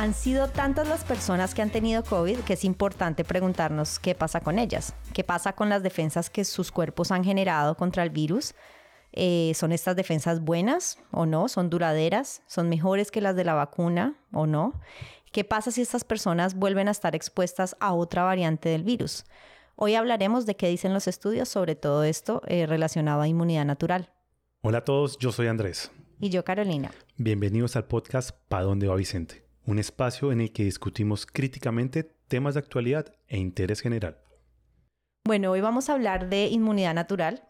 Han sido tantas las personas que han tenido COVID que es importante preguntarnos qué pasa con ellas, qué pasa con las defensas que sus cuerpos han generado contra el virus. ¿Son estas defensas buenas o no? ¿Son duraderas? ¿Son mejores que las de la vacuna o no? ¿Qué pasa si estas personas vuelven a estar expuestas a otra variante del virus? Hoy hablaremos de qué dicen los estudios sobre todo esto relacionado a inmunidad natural. Hola a todos, yo soy Andrés. Y yo, Carolina. Bienvenidos al podcast ¿Pa dónde va Vicente? Un espacio en el que discutimos críticamente temas de actualidad e interés general. Bueno, hoy vamos a hablar de inmunidad natural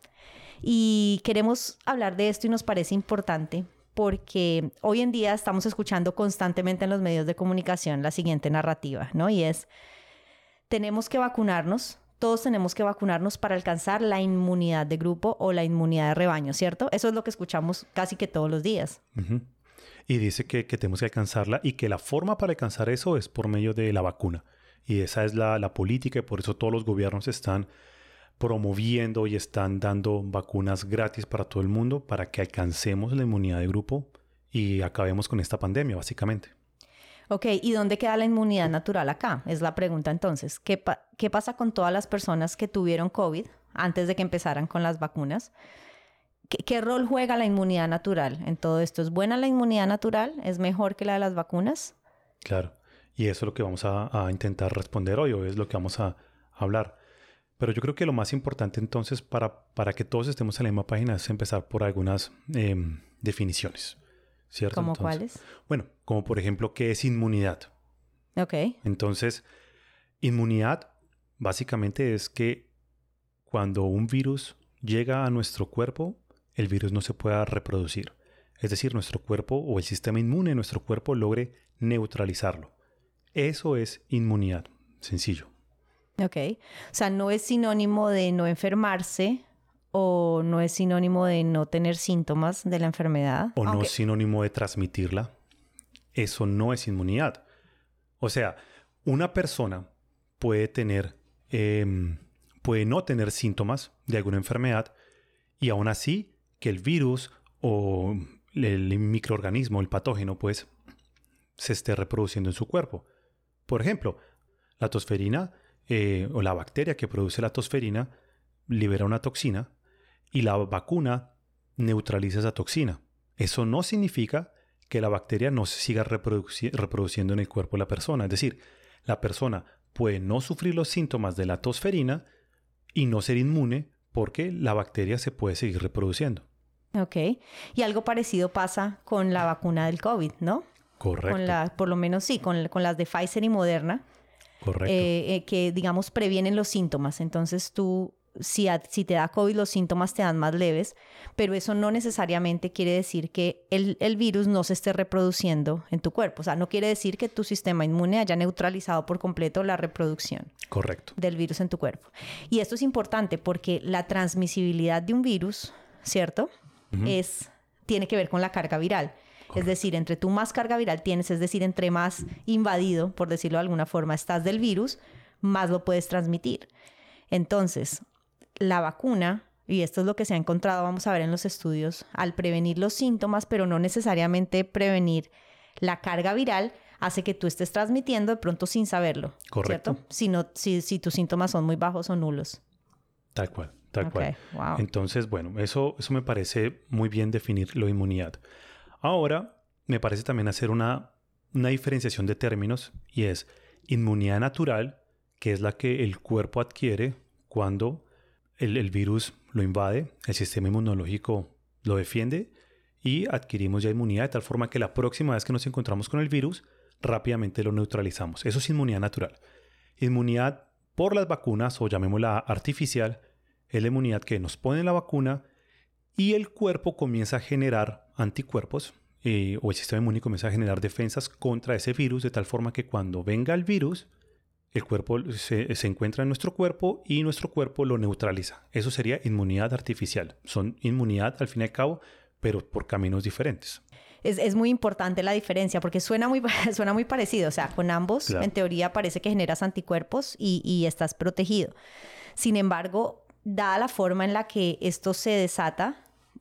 y queremos hablar de esto y nos parece importante porque hoy en día estamos escuchando constantemente en los medios de comunicación la siguiente narrativa, ¿no? Y es, tenemos que vacunarnos, todos tenemos que vacunarnos para alcanzar la inmunidad de grupo o la inmunidad de rebaño, ¿cierto? Eso es lo que escuchamos casi que todos los días. Uh-huh. Y dice que tenemos que alcanzarla y que la forma para alcanzar eso es por medio de la vacuna. Y esa es la política y por eso todos los gobiernos están promoviendo y están dando vacunas gratis para todo el mundo para que alcancemos la inmunidad de grupo y acabemos con esta pandemia, básicamente. Ok, ¿y dónde queda la inmunidad natural acá? Es la pregunta entonces. ¿Qué pasa con todas las personas que tuvieron COVID antes de que empezaran con las vacunas? ¿Qué rol juega la inmunidad natural en todo esto? ¿Es buena la inmunidad natural? ¿Es mejor que la de las vacunas? Claro, y eso es lo que vamos a intentar responder hoy, o es lo que vamos a hablar. Pero yo creo que lo más importante entonces para que todos estemos en la misma página es empezar por algunas definiciones, ¿cierto? ¿Cómo entonces, cuáles? Bueno, como por ejemplo, ¿qué es inmunidad? Ok. Entonces, inmunidad básicamente es que cuando un virus llega a nuestro cuerpo, el virus no se pueda reproducir. Es decir, nuestro cuerpo o el sistema inmune de nuestro cuerpo logre neutralizarlo. Eso es inmunidad, sencillo. Ok. O sea, no es sinónimo de no enfermarse o no es sinónimo de no tener síntomas de la enfermedad. O no es sinónimo de transmitirla. Eso no es inmunidad. O sea, una persona puede no tener síntomas de alguna enfermedad y aún así que el virus o el microorganismo, el patógeno, pues, se esté reproduciendo en su cuerpo. Por ejemplo, la tosferina o la bacteria que produce la tosferina libera una toxina y la vacuna neutraliza esa toxina. Eso no significa que la bacteria no se siga reproduciendo en el cuerpo de la persona. Es decir, la persona puede no sufrir los síntomas de la tosferina y no ser inmune porque la bacteria se puede seguir reproduciendo. Ok. Y algo parecido pasa con la vacuna del COVID, ¿no? Correcto. Por lo menos sí, con las de Pfizer y Moderna. Correcto. Que, digamos, previenen los síntomas. Entonces tú, si te da COVID, los síntomas te dan más leves, pero eso no necesariamente quiere decir que el virus no se esté reproduciendo en tu cuerpo. O sea, no quiere decir que tu sistema inmune haya neutralizado por completo la reproducción. Correcto. Del virus en tu cuerpo. Y esto es importante porque la transmisibilidad de un virus, ¿cierto? Uh-huh. Tiene que ver con la carga viral. Correcto. Es decir, entre tú más carga viral tienes, es decir, entre más invadido, por decirlo de alguna forma, estás del virus, más lo puedes transmitir. Entonces, la vacuna, y esto es lo que se ha encontrado, vamos a ver en los estudios, al prevenir los síntomas, pero no necesariamente prevenir la carga viral, hace que tú estés transmitiendo de pronto sin saberlo. Correcto. ¿Cierto? Si tus síntomas son muy bajos o nulos. Tal cual, tal cual. Wow. Entonces, bueno, eso me parece muy bien definir la inmunidad. Ahora, me parece también hacer una diferenciación de términos y es inmunidad natural, que es la que el cuerpo adquiere cuando el virus lo invade, el sistema inmunológico lo defiende y adquirimos ya inmunidad de tal forma que la próxima vez que nos encontramos con el virus, rápidamente lo neutralizamos. Eso es inmunidad natural. Inmunidad por las vacunas, o llamémosla artificial, es la inmunidad que nos pone la vacuna y el cuerpo comienza a generar anticuerpos o el sistema inmune comienza a generar defensas contra ese virus de tal forma que cuando venga el virus, el cuerpo se encuentra en nuestro cuerpo y nuestro cuerpo lo neutraliza. Eso sería inmunidad artificial. Son inmunidad al fin y al cabo, pero por caminos diferentes. Es muy importante la diferencia porque suena muy parecido. O sea, con ambos, claro, en teoría parece que generas anticuerpos y estás protegido. Sin embargo, dada la forma en la que esto se desata,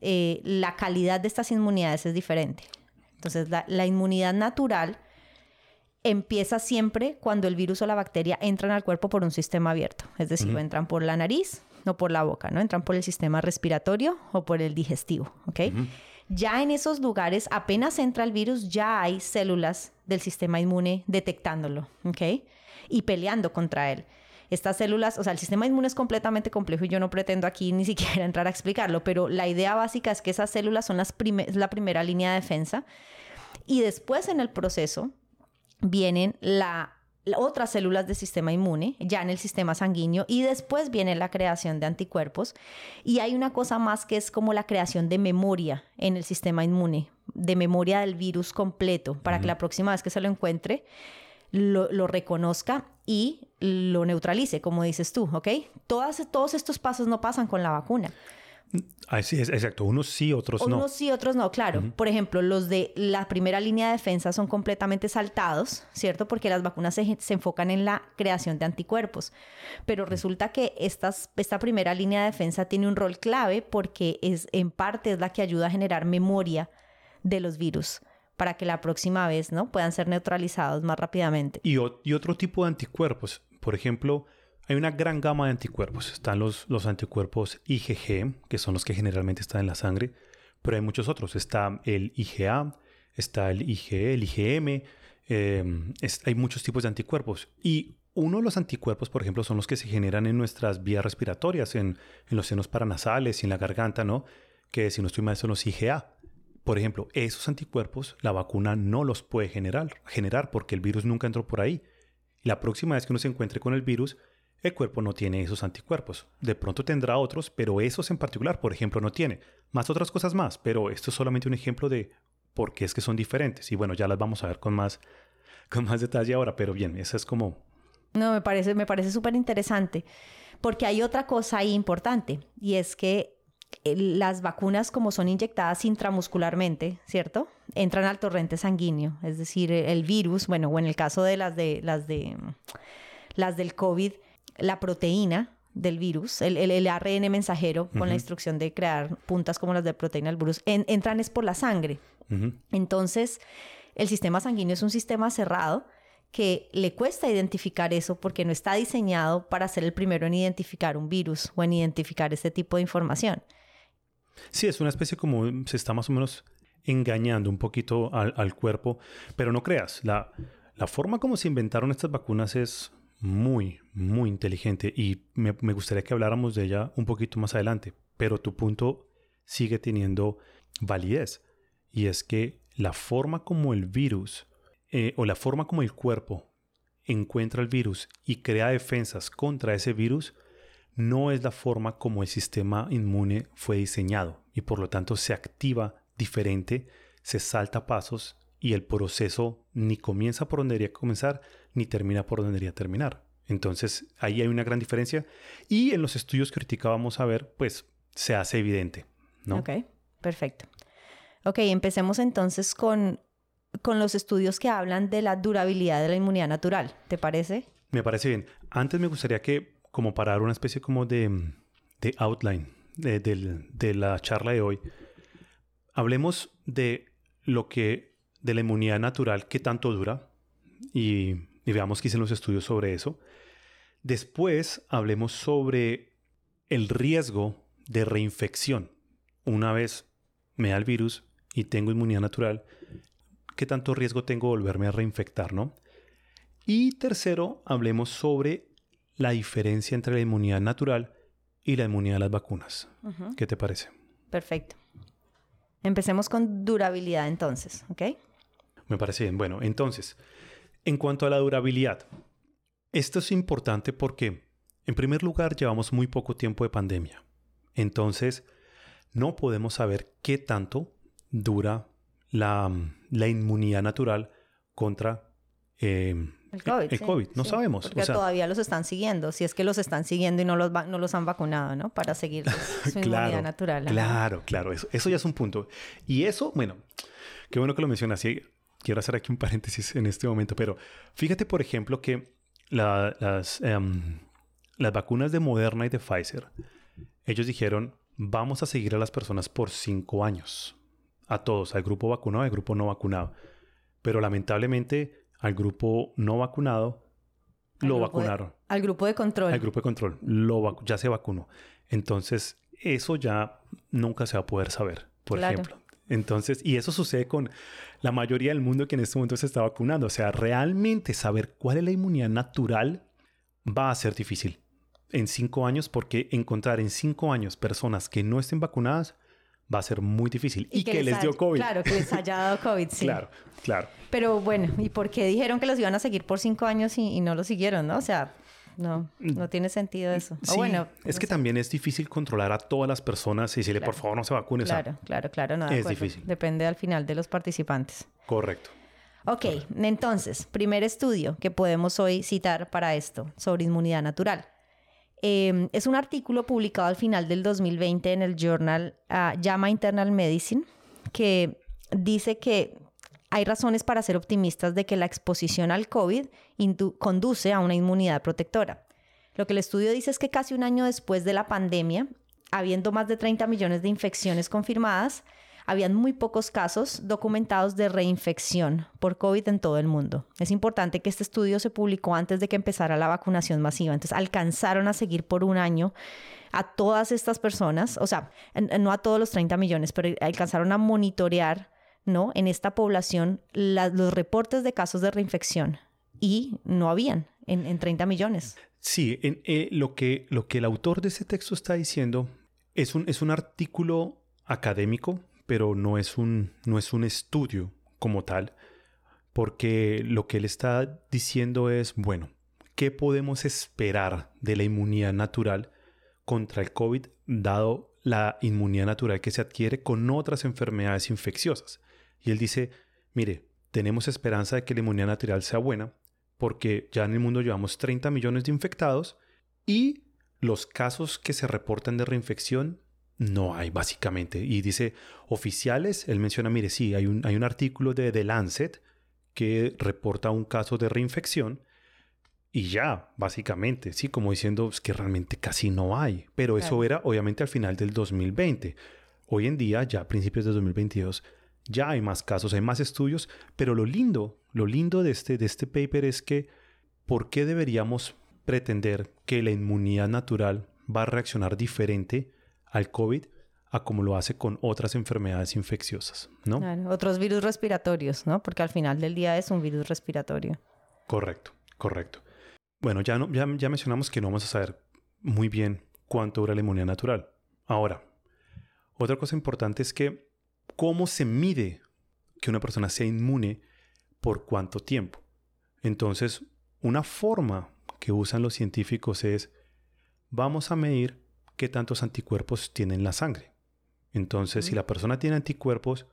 la calidad de estas inmunidades es diferente. Entonces, la inmunidad natural empieza siempre cuando el virus o la bacteria entran al cuerpo por un sistema abierto. Es decir, entran por la nariz, no por la boca, ¿no? Entran por el sistema respiratorio o por el digestivo, ¿ok? Ya en esos lugares, apenas entra el virus, ya hay células del sistema inmune detectándolo, ¿ok? Y peleando contra él. Estas células, o sea, el sistema inmune es completamente complejo y yo no pretendo aquí ni siquiera entrar a explicarlo, pero la idea básica es que esas células son la primera línea de defensa y después en el proceso vienen las otras células del sistema inmune, ya en el sistema sanguíneo, y después viene la creación de anticuerpos. Y hay una cosa más que es como la creación de memoria en el sistema inmune, de memoria del virus completo, para que la próxima vez que se lo encuentre, lo reconozca y lo neutralice, como dices tú, ¿ok? Todos estos pasos no pasan con la vacuna. Sí, exacto. Unos sí, otros no. Unos sí, otros no, claro. Por ejemplo, los de la primera línea de defensa son completamente saltados, ¿cierto? Porque las vacunas se enfocan en la creación de anticuerpos. Pero resulta que esta primera línea de defensa tiene un rol clave porque en parte es la que ayuda a generar memoria de los virus para que la próxima vez, ¿no?, puedan ser neutralizados más rápidamente. Y otro tipo de anticuerpos. Por ejemplo, hay una gran gama de anticuerpos. Están los anticuerpos IgG, que son los que generalmente están en la sangre, pero hay muchos otros. Está el IgA, está el IgE, el IgM. Hay muchos tipos de anticuerpos. Y uno de los anticuerpos, por ejemplo, son los que se generan en nuestras vías respiratorias, en los senos paranasales y en la garganta, ¿no? Que si no estoy mal son los IgA. Por ejemplo, esos anticuerpos la vacuna no los puede generar porque el virus nunca entró por ahí. La próxima vez que uno se encuentre con el virus, el cuerpo no tiene esos anticuerpos. De pronto tendrá otros, pero esos en particular, por ejemplo, no tiene. Más otras cosas más, pero esto es solamente un ejemplo de por qué es que son diferentes. Y bueno, ya las vamos a ver con más detalle ahora, pero bien, esa es como... No, me parece súper interesante, porque hay otra cosa ahí importante, y es que las vacunas, como son inyectadas intramuscularmente, ¿cierto?, entran al torrente sanguíneo. Es decir, el virus, bueno, o en el caso de las del COVID, la proteína del virus, el ARN mensajero, con la instrucción de crear puntas como las de proteína del virus, entran es por la sangre. Entonces, el sistema sanguíneo es un sistema cerrado que le cuesta identificar eso porque no está diseñado para ser el primero en identificar un virus o en identificar este tipo de información. Sí, es una especie como se está más o menos engañando un poquito al cuerpo, pero no creas, la forma como se inventaron estas vacunas es muy, muy inteligente y me gustaría que habláramos de ella un poquito más adelante, pero tu punto sigue teniendo validez y es que la forma como el virus o la forma como el cuerpo encuentra el virus y crea defensas contra ese virus no es la forma como el sistema inmune fue diseñado y por lo tanto se activa diferente, se salta pasos y el proceso ni comienza por donde debería comenzar ni termina por donde debería terminar. Entonces ahí hay una gran diferencia y en los estudios que ahorita vamos a ver pues se hace evidente, ¿no? Ok, perfecto. Ok, empecemos entonces con los estudios que hablan de la durabilidad de la inmunidad natural. ¿Te parece? Me parece bien. Antes me gustaría que como para dar una especie como de outline de la charla de hoy, hablemos de la inmunidad natural, qué tanto dura, y veamos qué dicen los estudios sobre eso. Después hablemos sobre el riesgo de reinfección. Una vez me da el virus y tengo inmunidad natural, qué tanto riesgo tengo de volverme a reinfectar, ¿no? Y tercero, hablemos sobre la diferencia entre la inmunidad natural y la inmunidad de las vacunas. ¿Qué te parece? Perfecto. Empecemos con durabilidad entonces, ¿ok? Me parece bien. Bueno, entonces, en cuanto a la durabilidad, esto es importante porque, en primer lugar, llevamos muy poco tiempo de pandemia. Entonces, no podemos saber qué tanto dura la inmunidad natural contra el COVID. No sí, sabemos. Porque todavía los están siguiendo. Si es que los están siguiendo y no los han vacunado, ¿no? Para seguir su inmunidad natural. Claro. Eso ya es un punto. Y eso, bueno, qué bueno que lo mencionas. Y quiero hacer aquí un paréntesis en este momento. Pero fíjate, por ejemplo, que las vacunas de Moderna y de Pfizer, ellos dijeron, vamos a seguir a las personas por 5 años. A todos, al grupo vacunado y al grupo no vacunado. Pero lamentablemente al grupo no vacunado lo vacunaron. Al grupo de control. Al grupo de control ya se vacunó. Entonces, eso ya nunca se va a poder saber, por ejemplo. Entonces, y eso sucede con la mayoría del mundo que en este momento se está vacunando. O sea, realmente saber cuál es la inmunidad natural va a ser difícil en 5 años, porque encontrar en 5 años personas que no estén vacunadas va a ser muy difícil. Y que les dio COVID. Claro, que les haya dado COVID, sí. Claro. Pero bueno, ¿y por qué dijeron que los iban a seguir por 5 años y no lo siguieron, no? O sea, no tiene sentido eso. Sí, bueno, es que también es difícil controlar a todas las personas y decirle, por favor, no se vacune. Claro, no, de es difícil. Depende al final de los participantes. Correcto. Ok, entonces, primer estudio que podemos hoy citar para esto, sobre inmunidad natural. Es un artículo publicado al final del 2020 en el journal JAMA Internal Medicine, que dice que hay razones para ser optimistas de que la exposición al COVID conduce a una inmunidad protectora. Lo que el estudio dice es que casi un año después de la pandemia, habiendo más de 30 millones de infecciones confirmadas, habían muy pocos casos documentados de reinfección por COVID en todo el mundo. Es importante que este estudio se publicó antes de que empezara la vacunación masiva. Entonces, alcanzaron a seguir por un año a todas estas personas, o sea, no a todos los 30 millones, pero alcanzaron a monitorear, ¿no?, en esta población los reportes de casos de reinfección, y no habían en 30 millones. Sí, lo que el autor de ese texto está diciendo es un artículo académico, pero no es un estudio como tal, porque lo que él está diciendo es, bueno, ¿qué podemos esperar de la inmunidad natural contra el COVID, dado la inmunidad natural que se adquiere con otras enfermedades infecciosas? Y él dice, mire, tenemos esperanza de que la inmunidad natural sea buena, porque ya en el mundo llevamos 30 millones de infectados y los casos que se reportan de reinfección no hay, básicamente. Y dice, oficiales, él menciona, mire, sí, hay un artículo de The Lancet que reporta un caso de reinfección y ya, básicamente, sí, como diciendo que realmente casi no hay. Pero eso era, obviamente, al final del 2020. Hoy en día, ya a principios de 2022, ya hay más casos, hay más estudios, pero lo lindo de este paper es que ¿por qué deberíamos pretender que la inmunidad natural va a reaccionar diferente al COVID a como lo hace con otras enfermedades infecciosas, ¿no? Claro, otros virus respiratorios, ¿no? Porque al final del día es un virus respiratorio. Correcto. Bueno, ya mencionamos que no vamos a saber muy bien cuánto dura la inmunidad natural. Ahora, otra cosa importante es que ¿cómo se mide que una persona sea inmune por cuánto tiempo? Entonces, una forma que usan los científicos es, vamos a medir qué tantos anticuerpos tiene en la sangre. Entonces, si la persona tiene anticuerpos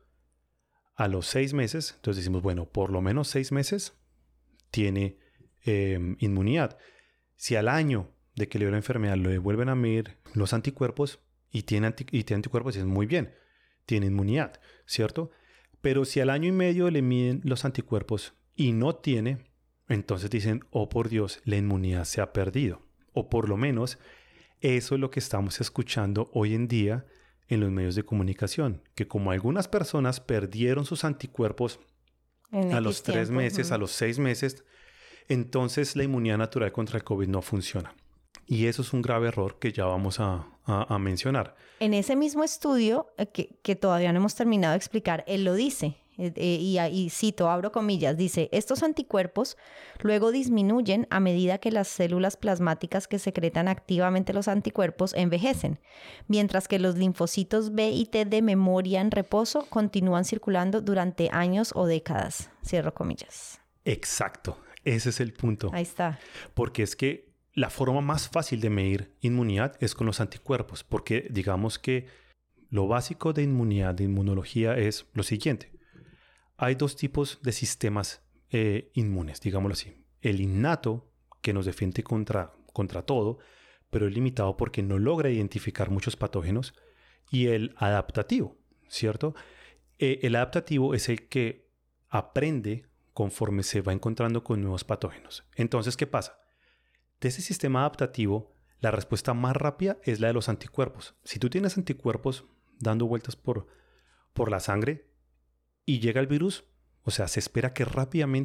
a los 6 meses, entonces decimos, bueno, por lo menos 6 meses tiene inmunidad. Si al año de que le dio la enfermedad le vuelven a medir los anticuerpos y tiene anticuerpos, es muy bien, tiene inmunidad, ¿cierto? Pero si al año y medio le miden los anticuerpos y no tiene, entonces dicen, oh por Dios, la inmunidad se ha perdido. O por lo menos eso es lo que estamos escuchando hoy en día en los medios de comunicación, que como algunas personas perdieron sus anticuerpos a los 3 meses, a los 6 meses, entonces la inmunidad natural contra el COVID no funciona. Y eso es un grave error que ya vamos a mencionar. En ese mismo estudio, que todavía no hemos terminado de explicar, él lo dice, y cito, abro comillas, dice, estos anticuerpos luego disminuyen a medida que las células plasmáticas que secretan activamente los anticuerpos envejecen, mientras que los linfocitos B y T de memoria en reposo continúan circulando durante años o décadas. Cierro comillas. Exacto, ese es el punto. Ahí está. Porque es que la forma más fácil de medir inmunidad es con los anticuerpos, porque digamos que lo básico de inmunidad, de inmunología, es lo siguiente. Hay 2 tipos de sistemas inmunes, digámoslo así. El innato, que nos defiende contra todo, pero es limitado porque no logra identificar muchos patógenos, y el adaptativo, ¿cierto? El adaptativo es el que aprende conforme se va encontrando con nuevos patógenos. Entonces, ¿qué pasa? De ese sistema adaptativo, la respuesta más rápida es la de los anticuerpos. Si tú tienes anticuerpos dando vueltas por la sangre y llega el virus, o sea, se espera que rápidamente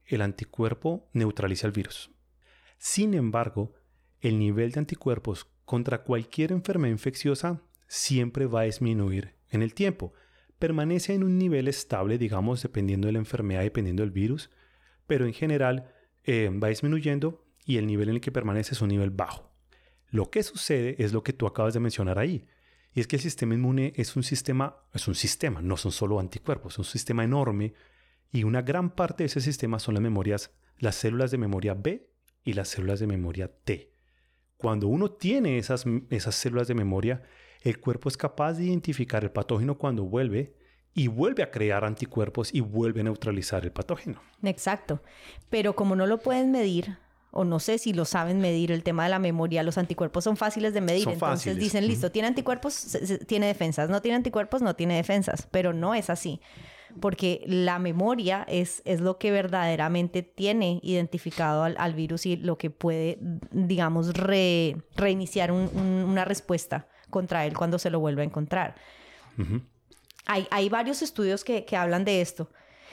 el anticuerpo neutraliza el virus. Sin embargo, el nivel de anticuerpos contra cualquier enfermedad infecciosa siempre va a disminuir en el tiempo. Permanece en un nivel estable, digamos, dependiendo de la enfermedad, dependiendo del virus, pero en general va disminuyendo y el nivel en el que permanece es un nivel bajo. Lo que sucede es lo que tú acabas de mencionar ahí, y es que el sistema inmune es un sistema, no son solo anticuerpos, es un sistema enorme, y una gran parte de ese sistema son las células de memoria B y las células de memoria T. Cuando uno tiene esas células de memoria, el cuerpo es capaz de identificar el patógeno cuando vuelve y vuelve a crear anticuerpos y vuelve a neutralizar el patógeno. Exacto. Pero como no lo pueden medir, o no sé si lo saben medir, el tema de la memoria, los anticuerpos son fáciles de medir. Entonces dicen, listo, tiene anticuerpos, tiene defensas. No tiene anticuerpos, no tiene defensas. Pero no es así. Porque la memoria es lo que verdaderamente tiene identificado al virus y lo que puede, digamos, reiniciar una respuesta contra él cuando se lo vuelve a encontrar. Uh-huh. Hay varios estudios que hablan de esto.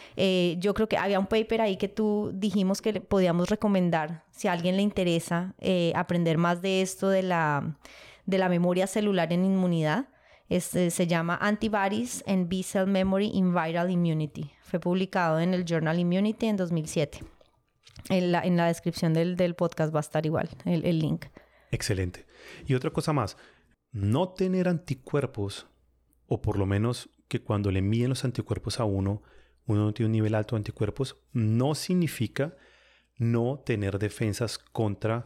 Yo creo que había un paper ahí que tú dijimos que podíamos recomendar si a alguien le interesa aprender más de esto de la memoria celular en inmunidad. Se llama Antibodies and B-Cell Memory in Viral Immunity. Fue publicado en el Journal Immunity en 2007. En la descripción del podcast va a estar igual el link. Excelente. Y otra cosa más. No tener anticuerpos, o por lo menos que cuando le miden los anticuerpos a uno no tiene un nivel alto de anticuerpos, no significa no tener defensas contra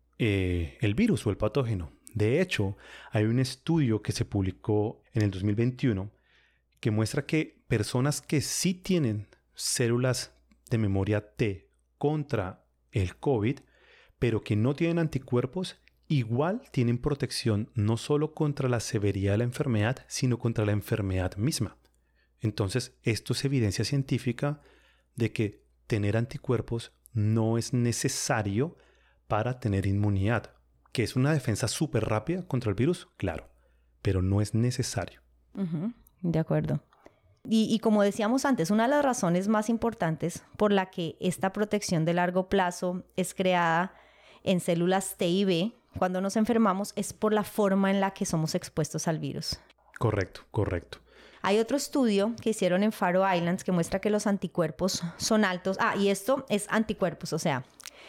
el virus o el patógeno. De hecho, hay un estudio que se publicó en el 2021 que muestra que personas que sí tienen células de memoria T contra el COVID, pero que no tienen anticuerpos, igual tienen protección no solo contra la severidad de la enfermedad, sino contra la enfermedad misma. Entonces, esto es evidencia científica de que tener anticuerpos no es necesario para tener inmunidad. ¿Que es una defensa súper rápida contra el virus? Claro, pero no es necesario. Uh-huh. De acuerdo. Y como decíamos antes, una de las razones más importantes por la que esta protección de largo plazo es creada en células T y B cuando nos enfermamos es por la forma en la que somos expuestos al virus. Correcto. Hay otro estudio que hicieron en Faroe Islands que muestra que los anticuerpos son altos. Y esto es anticuerpos, o sea,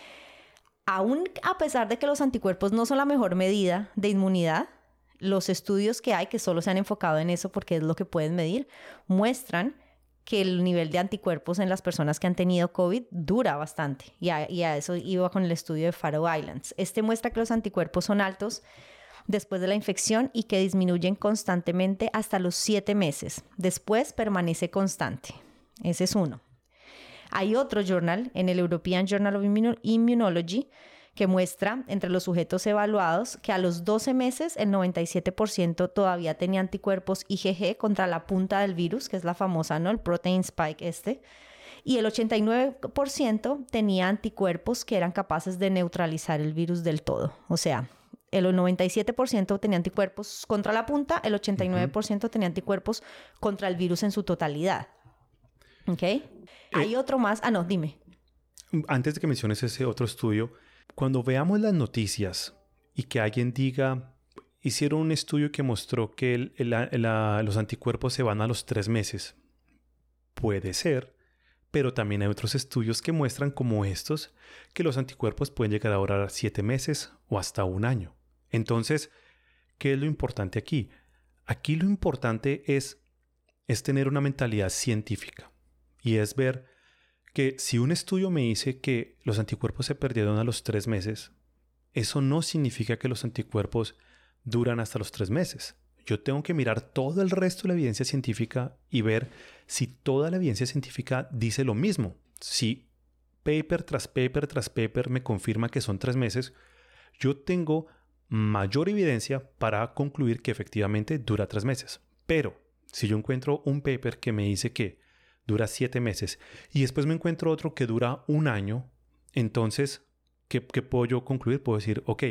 aún a pesar de que los anticuerpos no son la mejor medida de inmunidad, los estudios que hay, que solo se han enfocado en eso porque es lo que pueden medir, muestran que el nivel de anticuerpos en las personas que han tenido COVID dura bastante. Y a eso iba con el estudio de Faroe Islands. Este muestra que los anticuerpos son altos después de la infección y que disminuyen constantemente hasta los 7 meses. Después permanece constante. Ese es uno. Hay otro journal, en el European Journal of Immunology, que muestra entre los sujetos evaluados que a los 12 meses el 97% todavía tenía anticuerpos IgG contra la punta del virus, que es la famosa, ¿no? El protein spike y el 89% tenía anticuerpos que eran capaces de neutralizar el virus del todo. O sea, el 97% tenía anticuerpos contra la punta, el 89% tenía anticuerpos contra el virus en su totalidad. ¿Ok? Hay otro más. No, dime. Antes de que menciones ese otro estudio, cuando veamos las noticias y que alguien diga, hicieron un estudio que mostró que los anticuerpos se van a los 3 meses. Puede ser, pero también hay otros estudios que muestran como estos, que los anticuerpos pueden llegar a durar 7 meses o hasta 1 año. Entonces, ¿qué es lo importante aquí? Aquí lo importante es tener una mentalidad científica. Y es ver que si un estudio me dice que los anticuerpos se perdieron a los 3 meses, eso no significa que los anticuerpos duran hasta los 3 meses. Yo tengo que mirar todo el resto de la evidencia científica y ver si toda la evidencia científica dice lo mismo. Si paper tras paper tras paper me confirma que son 3 meses, yo tengo mayor evidencia para concluir que efectivamente dura 3 meses. Pero si yo encuentro un paper que me dice que dura 7 meses y después me encuentro otro que dura 1 año, entonces, ¿qué puedo yo concluir? Puedo decir, ok,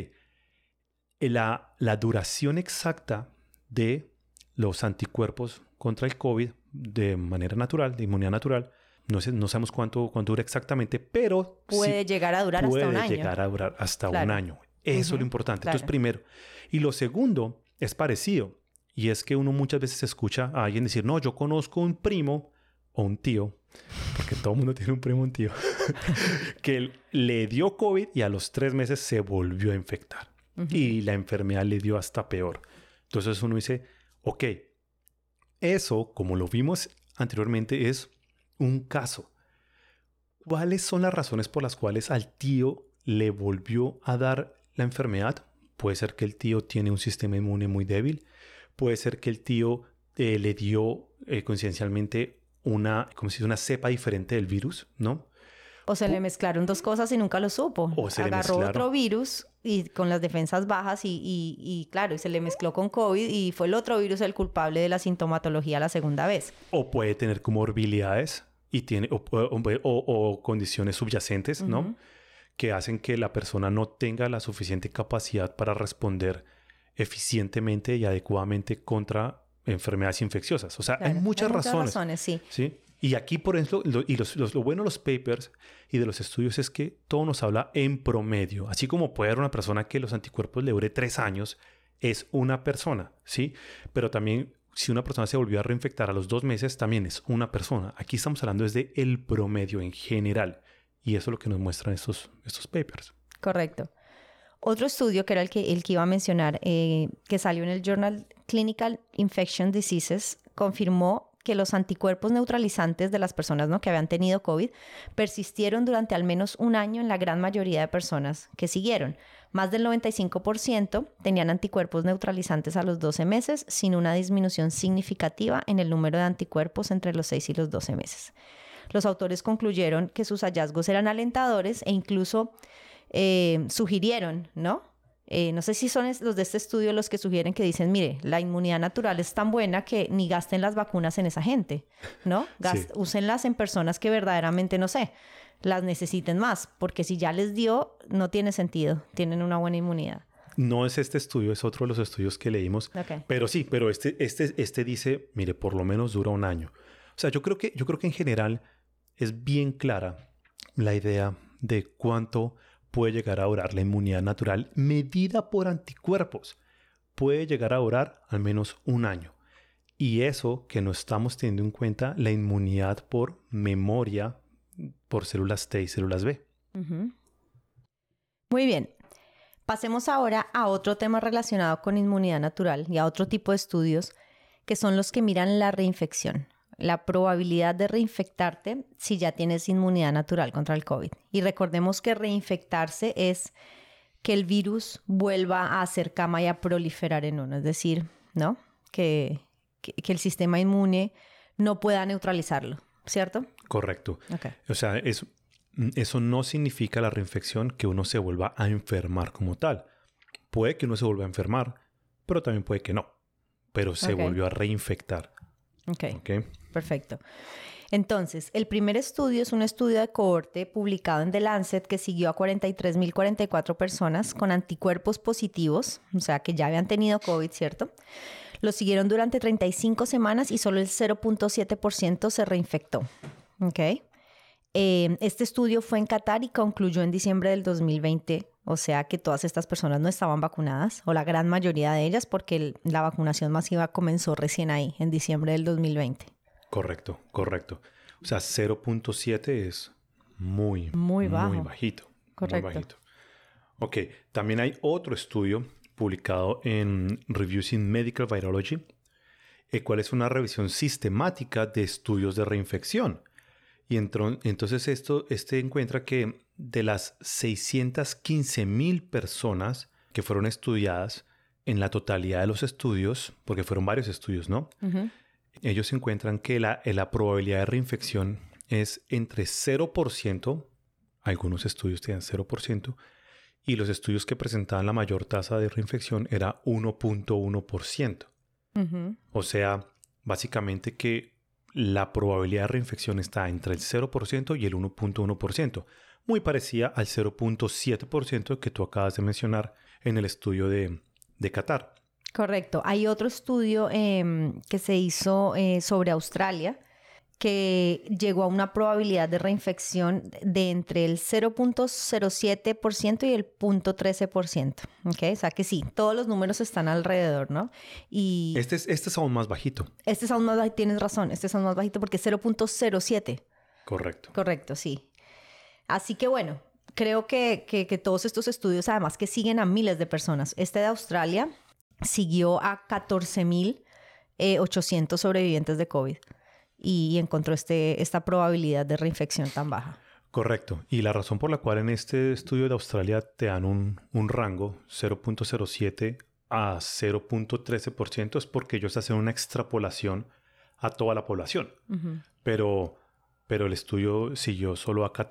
la duración exacta de los anticuerpos contra el COVID de manera natural, de inmunidad natural, No sabemos cuánto dura exactamente, pero puede llegar a durar hasta un año. Puede llegar a durar hasta un año. Eso es lo importante. Claro. Entonces, primero. Y lo segundo es parecido. Y es que uno muchas veces escucha a alguien decir, no, yo conozco un primo o un tío, porque todo el mundo tiene un primo o un tío, que le dio COVID y a los 3 meses se volvió a infectar. Y la enfermedad le dio hasta peor. Entonces uno dice, ok, eso, como lo vimos anteriormente, es un caso. ¿Cuáles son las razones por las cuales al tío le volvió a dar la enfermedad? Puede ser que el tío tiene un sistema inmune muy débil. Puede ser que el tío le dio coincidencialmente una cepa diferente del virus, ¿no? O se le mezclaron 2 cosas y nunca lo supo. O se agarró otro virus y con las defensas bajas y claro, y se le mezcló con COVID y fue el otro virus el culpable de la sintomatología la segunda vez. O puede tener comorbilidades y o condiciones subyacentes, ¿no? Que hacen que la persona no tenga la suficiente capacidad para responder eficientemente y adecuadamente contra enfermedades infecciosas. O sea, claro, hay muchas razones. Sí. Y aquí, por ejemplo, lo bueno de los papers y de los estudios es que todo nos habla en promedio. Así como puede haber una persona que los anticuerpos le dure 3 años, es una persona, ¿sí? Pero también, si una persona se volvió a reinfectar a los 2 meses, también es una persona. Aquí estamos hablando desde el promedio en general. Y eso es lo que nos muestran estos papers. Correcto. Otro estudio, que era el que iba a mencionar, que salió en el Journal Clinical Infectious Diseases, confirmó que los anticuerpos neutralizantes de las personas, ¿no?, que habían tenido COVID persistieron durante al menos un año en la gran mayoría de personas que siguieron. Más del 95% tenían anticuerpos neutralizantes a los 12 meses, sin una disminución significativa en el número de anticuerpos entre los 6 y los 12 meses. Los autores concluyeron que sus hallazgos eran alentadores e incluso sugirieron, ¿no? No sé si son los de este estudio los que sugieren que dicen, mire, la inmunidad natural es tan buena que ni gasten las vacunas en esa gente, ¿no? Sí. Úsenlas en personas que verdaderamente, no sé, las necesiten más, porque si ya les dio, no tiene sentido, tienen una buena inmunidad. No es este estudio, es otro de los estudios que leímos. Okay. Pero sí, pero este dice, mire, por lo menos dura un año. O sea, yo creo que en general es bien clara la idea de cuánto puede llegar a durar la inmunidad natural medida por anticuerpos. Puede llegar a durar al menos un año. Y eso que no estamos teniendo en cuenta, la inmunidad por memoria, por células T y células B. Muy bien. Pasemos ahora a otro tema relacionado con inmunidad natural y a otro tipo de estudios que son los que miran la reinfección. La probabilidad de reinfectarte si ya tienes inmunidad natural contra el COVID. Y recordemos que reinfectarse es que el virus vuelva a hacer cama y a proliferar en uno. Es decir, ¿no? Que el sistema inmune no pueda neutralizarlo, ¿cierto? Correcto. Okay. O sea, eso no significa la reinfección que uno se vuelva a enfermar como tal. Puede que uno se vuelva a enfermar, pero también puede que no. Pero se volvió a reinfectar. Okay. Perfecto. Entonces, el primer estudio es un estudio de cohorte publicado en The Lancet que siguió a 43.044 personas con anticuerpos positivos, o sea, que ya habían tenido COVID, ¿cierto? Los siguieron durante 35 semanas y solo el 0.7% se reinfectó. ¿Ok? Este estudio fue en Qatar y concluyó en diciembre del 2020, o sea que todas estas personas no estaban vacunadas, o la gran mayoría de ellas, porque la vacunación masiva comenzó recién ahí, en diciembre del 2020. Correcto. O sea, 0.7 es muy bajo. Muy bajito. Correcto. Muy bajito. Ok, también hay otro estudio publicado en Reviews in Medical Virology, el cual es una revisión sistemática de estudios de reinfección. Y entonces este encuentra que de las 615,000 personas que fueron estudiadas en la totalidad de los estudios, porque fueron varios estudios, ¿no? Ellos encuentran que la probabilidad de reinfección es entre 0%, algunos estudios tienen 0%, y los estudios que presentaban la mayor tasa de reinfección era 1.1%. O sea, básicamente que la probabilidad de reinfección está entre el 0% y el 1.1%, muy parecida al 0.7% que tú acabas de mencionar en el estudio de Qatar. Correcto. Hay otro estudio que se hizo sobre Australia que llegó a una probabilidad de reinfección de entre el 0.07% y el 0.13%. ¿Okay? O sea que sí, todos los números están alrededor, ¿no? Y este es aún más bajito. Este es aún más bajito, tienes razón, este es aún más bajito porque es 0.07. Correcto. Correcto, sí. Así que bueno, creo que todos estos estudios, además que siguen a miles de personas. Este de Australia siguió a 14.800 sobrevivientes de COVID y encontró esta probabilidad de reinfección tan baja. Correcto. Y la razón por la cual en este estudio de Australia te dan un rango 0.07 a 0.13% es porque ellos hacen una extrapolación a toda la población. Uh-huh. Pero el estudio siguió solo a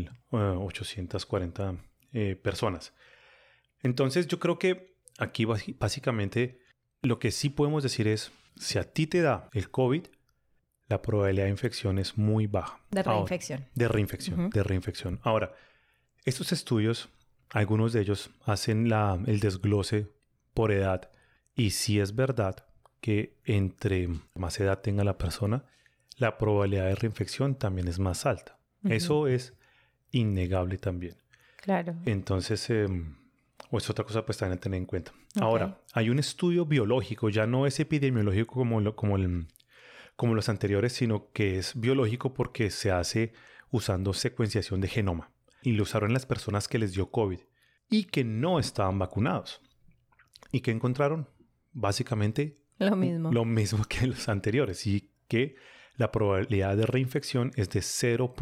14.840 personas. Entonces yo creo que aquí básicamente lo que sí podemos decir es, si a ti te da el COVID, la probabilidad de infección es muy baja. De reinfección. Ahora, de reinfección. Ahora, estos estudios, algunos de ellos hacen el desglose por edad. Y sí es verdad que entre más edad tenga la persona, la probabilidad de reinfección también es más alta. Uh-huh. Eso es innegable también. Claro. Entonces, es otra cosa pues también a tener en cuenta. Okay. Ahora, hay un estudio biológico, ya no es epidemiológico como los anteriores, sino que es biológico porque se hace usando secuenciación de genoma. Y lo usaron en las personas que les dio COVID y que no estaban vacunados. ¿Y qué encontraron? Básicamente lo mismo que los anteriores, y que la probabilidad de reinfección es de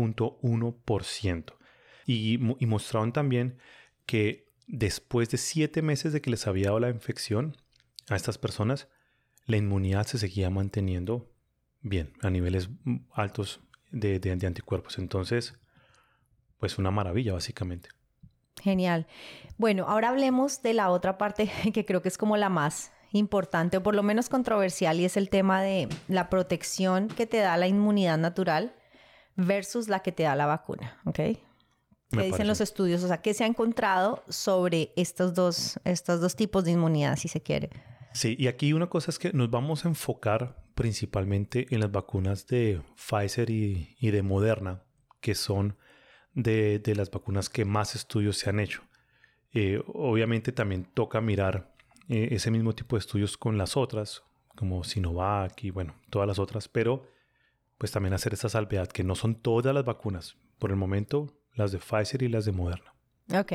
0.1%. Y mostraron también que después de 7 meses de que les había dado la infección a estas personas, la inmunidad se seguía manteniendo bien, a niveles altos de anticuerpos. Entonces, pues una maravilla, básicamente. Genial. Bueno, ahora hablemos de la otra parte que creo que es como la más importante o por lo menos controversial, y es el tema de la protección que te da la inmunidad natural versus la que te da la vacuna, ¿ok? ¿Qué dicen los estudios? O sea, ¿qué se ha encontrado sobre estos dos tipos de inmunidad, si se quiere? Sí, y aquí una cosa es que nos vamos a enfocar principalmente en las vacunas de Pfizer y de Moderna, que son de las vacunas que más estudios se han hecho. Obviamente también toca mirar ese mismo tipo de estudios con las otras, como Sinovac y bueno, todas las otras, pero pues también hacer esta salvedad que no son todas las vacunas. Por el momento, las de Pfizer y las de Moderna. Ok.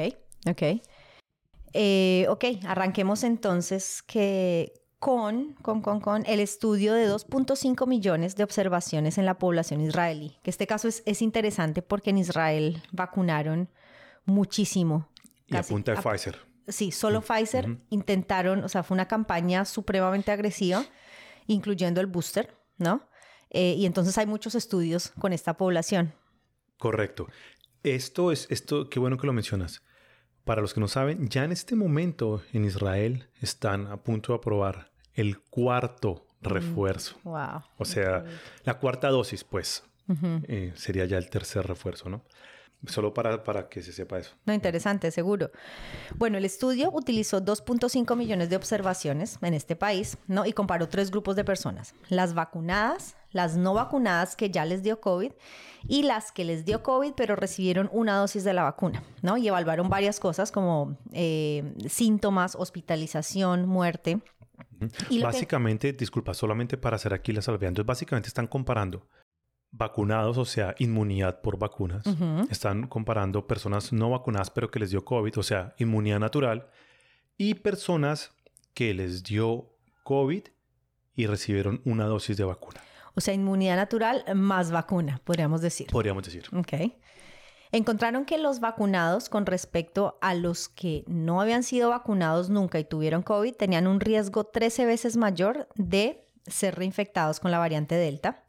Arranquemos entonces con el estudio de 2.5 millones de observaciones en la población israelí. Que este caso es interesante porque en Israel vacunaron muchísimo. Y a punta de Pfizer. Sí, solo Pfizer intentaron, o sea, fue una campaña supremamente agresiva, incluyendo el booster, ¿no? Y entonces hay muchos estudios con esta población. Correcto. Esto, qué bueno que lo mencionas. Para los que no saben, ya en este momento en Israel están a punto de aprobar el 4º refuerzo. Wow. O sea, la 4ª dosis, pues, sería ya el 3er refuerzo, ¿no? Solo para que se sepa eso. No, interesante, seguro. Bueno, el estudio utilizó 2.5 millones de observaciones en este país, ¿no? Y comparó 3 grupos de personas. Las vacunadas, las no vacunadas que ya les dio COVID y las que les dio COVID pero recibieron una dosis de la vacuna, ¿no? Y evaluaron varias cosas como síntomas, hospitalización, muerte. Y básicamente, disculpa, solamente para hacer aquí la salvedad. Entonces, básicamente están comparando vacunados, o sea, inmunidad por vacunas. Están comparando personas no vacunadas pero que les dio COVID, o sea, inmunidad natural, y personas que les dio COVID y recibieron una dosis de vacuna. O sea, inmunidad natural más vacuna, podríamos decir. Podríamos decir. Ok. Encontraron que los vacunados con respecto a los que no habían sido vacunados nunca y tuvieron COVID tenían un riesgo 13 veces mayor de ser reinfectados con la variante Delta.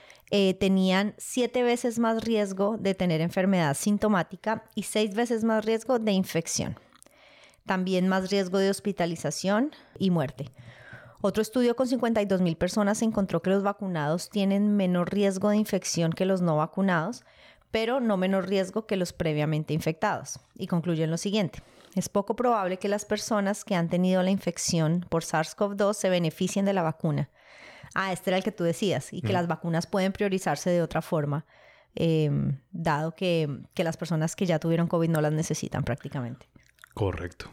Tenían 7 veces más riesgo de tener enfermedad sintomática y 6 veces más riesgo de infección. También más riesgo de hospitalización y muerte. Otro estudio con 52,000 personas encontró que los vacunados tienen menor riesgo de infección que los no vacunados, pero no menor riesgo que los previamente infectados. Y concluyen lo siguiente. Es poco probable que las personas que han tenido la infección por SARS-CoV-2 se beneficien de la vacuna. Este era el que tú decías, y que las vacunas pueden priorizarse de otra forma, dado que las personas que ya tuvieron COVID no las necesitan prácticamente. Correcto.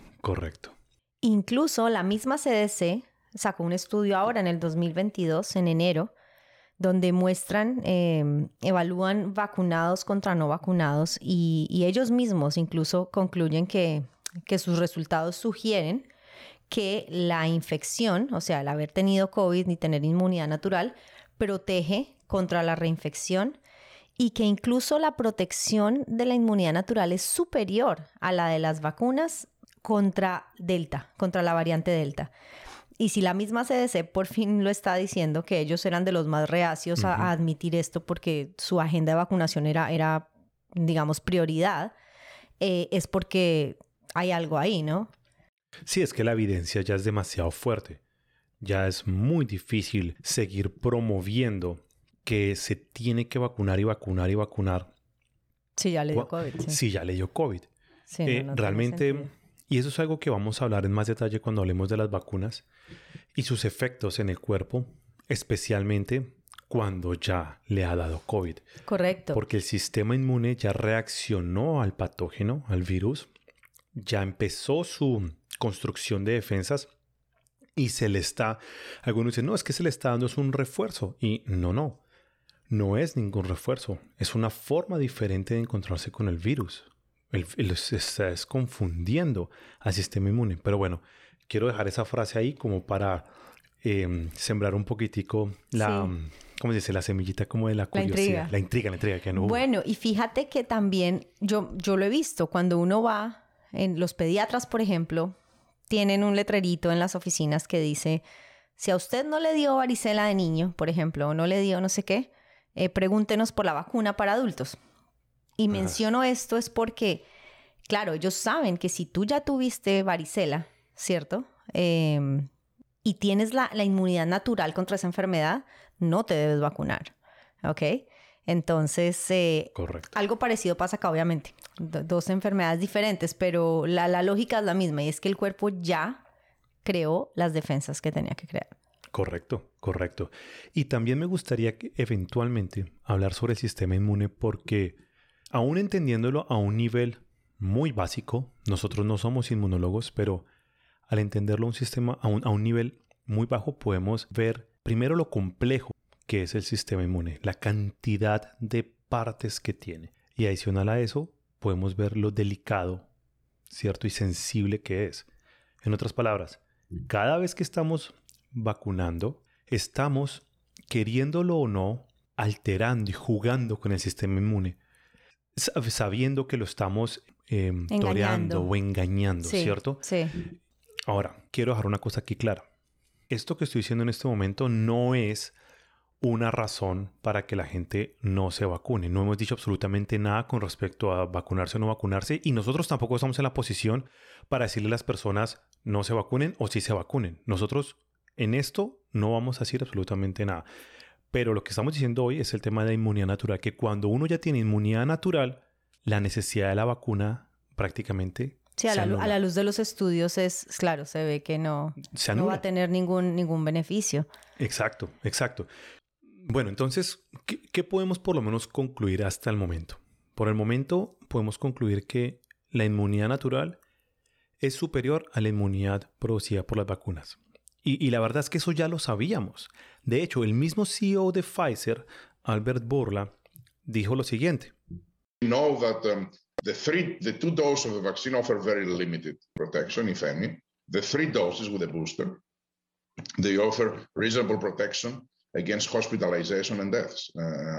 Incluso la misma CDC sacó un estudio ahora en el 2022, en enero, donde muestran, evalúan vacunados contra no vacunados y ellos mismos incluso concluyen que sus resultados sugieren que la infección, o sea, el haber tenido COVID ni tener inmunidad natural, protege contra la reinfección y que incluso la protección de la inmunidad natural es superior a la de las vacunas contra Delta, contra la variante Delta. Y si la misma CDC por fin lo está diciendo, que ellos eran de los más reacios a admitir esto porque su agenda de vacunación era digamos, prioridad, es porque hay algo ahí, ¿no? Sí, es que la evidencia ya es demasiado fuerte. Ya es muy difícil seguir promoviendo que se tiene que vacunar y vacunar y vacunar. Sí, ya le dio COVID. Sí, ya le dio COVID. Sí, no realmente, y eso es algo que vamos a hablar en más detalle cuando hablemos de las vacunas y sus efectos en el cuerpo, especialmente cuando ya le ha dado COVID. Correcto. Porque el sistema inmune ya reaccionó al patógeno, al virus, ya empezó su construcción de defensas y se le está, algunos dicen, no, es que se le está dando es un refuerzo. Y no es ningún refuerzo. Es una forma diferente de encontrarse con el virus. Se está confundiendo al sistema inmune. Pero bueno, quiero dejar esa frase ahí como para sembrar un poquitico ¿cómo se dice? La semillita como de la curiosidad. La intriga que no hubo. Bueno, y fíjate que también yo lo he visto cuando uno va, en los pediatras, por ejemplo, tienen un letrerito en las oficinas que dice, si a usted no le dio varicela de niño, por ejemplo, o no le dio no sé qué, pregúntenos por la vacuna para adultos. Y menciono esto es porque, claro, ellos saben que si tú ya tuviste varicela, ¿cierto? Y tienes la inmunidad natural contra esa enfermedad, no te debes vacunar, ¿ok? Entonces, correcto. Algo parecido pasa acá, obviamente. Dos enfermedades diferentes, pero la lógica es la misma y es que el cuerpo ya creó las defensas que tenía que crear. Correcto. Y también me gustaría que eventualmente hablar sobre el sistema inmune porque aún entendiéndolo a un nivel muy básico, nosotros no somos inmunólogos, pero al entenderlo a un nivel muy bajo podemos ver primero lo complejo que es el sistema inmune, la cantidad de partes que tiene. Y adicional a eso, podemos ver lo delicado, ¿cierto? Y sensible que es. En otras palabras, cada vez que estamos vacunando, estamos, queriéndolo o no, alterando y jugando con el sistema inmune, sabiendo que lo estamos toreando o engañando, sí, ¿cierto? Sí. Ahora, quiero dejar una cosa aquí clara. Esto que estoy diciendo en este momento no es una razón para que la gente no se vacune. No hemos dicho absolutamente nada con respecto a vacunarse o no vacunarse y nosotros tampoco estamos en la posición para decirle a las personas no se vacunen o sí se vacunen. Nosotros en esto no vamos a decir absolutamente nada. Pero lo que estamos diciendo hoy es el tema de la inmunidad natural, que cuando uno ya tiene inmunidad natural, la necesidad de la vacuna prácticamente sí, a la luz de los estudios claro, se ve que no va a tener ningún beneficio. Exacto. Bueno, entonces, ¿qué podemos por lo menos concluir hasta el momento? Por el momento podemos concluir que la inmunidad natural es superior a la inmunidad producida por las vacunas. Y la verdad es que eso ya lo sabíamos. De hecho, el mismo CEO de Pfizer, Albert Bourla, dijo lo siguiente. We know that the two doses of the vaccine offer very limited protection, if any. The 3 doses with a booster, they offer reasonable protection against hospitalization and deaths.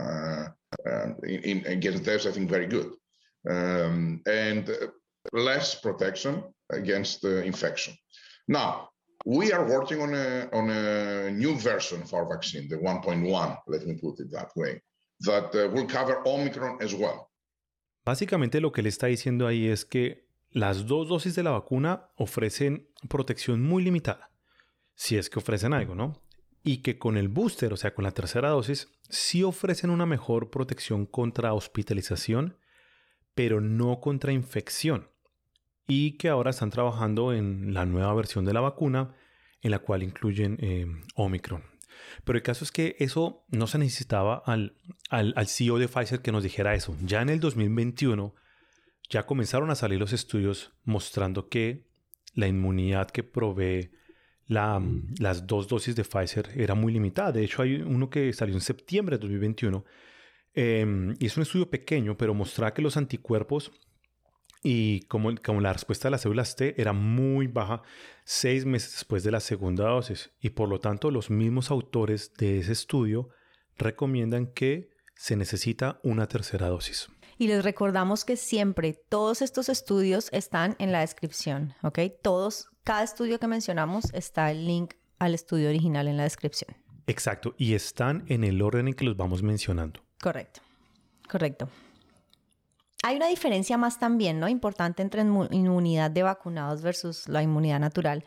Against deaths, I think very good. And less protection against infection. Now, we are working on a new version of our vaccine, the 1.1, let me put it that way, that will cover Omicron as well. Básicamente lo que él está diciendo ahí es que las 2 dosis de la vacuna ofrecen protección muy limitada, si es que ofrecen algo, ¿no? Y que con el booster, o sea, con la tercera dosis, sí ofrecen una mejor protección contra hospitalización, pero no contra infección. Y que ahora están trabajando en la nueva versión de la vacuna, en la cual incluyen Omicron. Pero el caso es que eso no se necesitaba al CEO de Pfizer que nos dijera eso. Ya en el 2021 ya comenzaron a salir los estudios mostrando que la inmunidad que provee las 2 dosis de Pfizer era muy limitada. De hecho, hay uno que salió en septiembre de 2021 y es un estudio pequeño, pero mostraba que los anticuerpos y como la respuesta de las células T era muy baja 6 meses después de la segunda dosis. Y por lo tanto, los mismos autores de ese estudio recomiendan que se necesita una tercera dosis. Y les recordamos que siempre todos estos estudios están en la descripción, ¿ok? Cada estudio que mencionamos está el link al estudio original en la descripción. Exacto, y están en el orden en que los vamos mencionando. Correcto. Hay una diferencia más también, ¿no? Importante entre inmunidad de vacunados versus la inmunidad natural.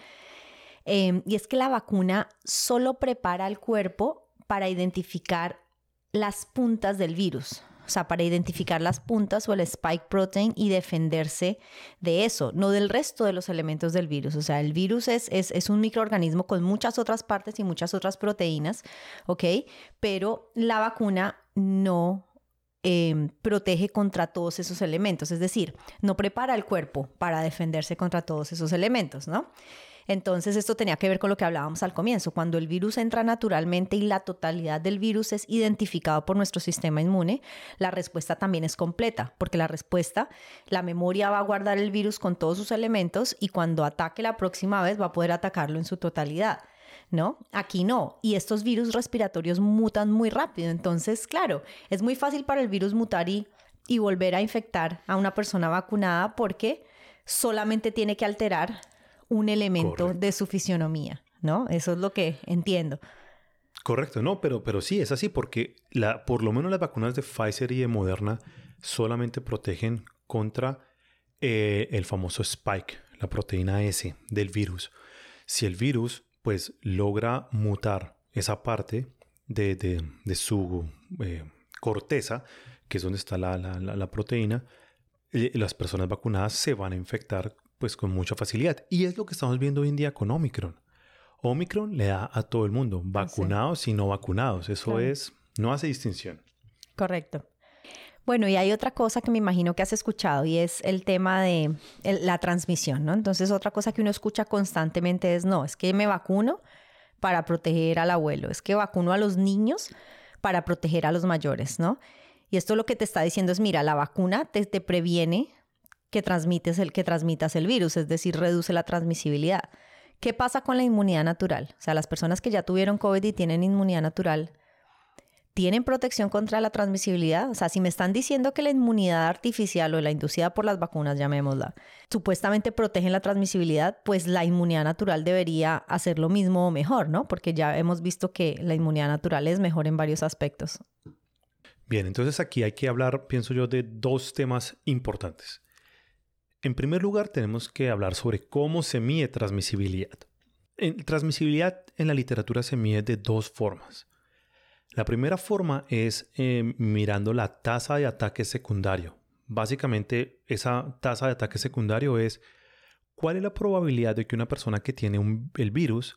Y es que la vacuna solo prepara al cuerpo para identificar las puntas del virus. O sea, para identificar las puntas o el spike protein y defenderse de eso, no del resto de los elementos del virus. O sea, el virus es un microorganismo con muchas otras partes y muchas otras proteínas, ¿ok? Pero la vacuna no protege contra todos esos elementos. Es decir, no prepara el cuerpo para defenderse contra todos esos elementos, ¿no? Entonces, esto tenía que ver con lo que hablábamos al comienzo. Cuando el virus entra naturalmente y la totalidad del virus es identificado por nuestro sistema inmune, la respuesta también es completa, porque la memoria va a guardar el virus con todos sus elementos y cuando ataque la próxima vez va a poder atacarlo en su totalidad, ¿no? Aquí no. Y estos virus respiratorios mutan muy rápido. Entonces, claro, es muy fácil para el virus mutar y volver a infectar a una persona vacunada porque solamente tiene que alterar un elemento de su fisionomía, ¿no? Eso es lo que entiendo. Correcto, no, pero sí, es así porque por lo menos las vacunas de Pfizer y de Moderna solamente protegen contra el famoso spike, la proteína S del virus. Si el virus, pues, logra mutar esa parte de su corteza, que es donde está la proteína, las personas vacunadas se van a infectar pues con mucha facilidad. Y es lo que estamos viendo hoy en día con Omicron. Omicron le da a todo el mundo, vacunados y no vacunados. Eso no hace distinción. Correcto. Bueno, y hay otra cosa que me imagino que has escuchado y es el tema de la transmisión, ¿no? Entonces, otra cosa que uno escucha constantemente es que me vacuno para proteger al abuelo, es que vacuno a los niños para proteger a los mayores, ¿no? Y esto lo que te está diciendo es, mira, la vacuna te previene que transmitas el virus, es decir, reduce la transmisibilidad. ¿Qué pasa con la inmunidad natural? O sea, las personas que ya tuvieron COVID y tienen inmunidad natural, ¿tienen protección contra la transmisibilidad? O sea, si me están diciendo que la inmunidad artificial o la inducida por las vacunas, llamémosla, supuestamente protegen la transmisibilidad, pues la inmunidad natural debería hacer lo mismo o mejor, ¿no? Porque ya hemos visto que la inmunidad natural es mejor en varios aspectos. Bien, entonces aquí hay que hablar, pienso yo, de 2 temas importantes. En primer lugar, tenemos que hablar sobre cómo se mide transmisibilidad. Transmisibilidad en la literatura se mide de 2 formas. La primera forma es mirando la tasa de ataque secundario. Básicamente, esa tasa de ataque secundario es cuál es la probabilidad de que una persona que tiene el virus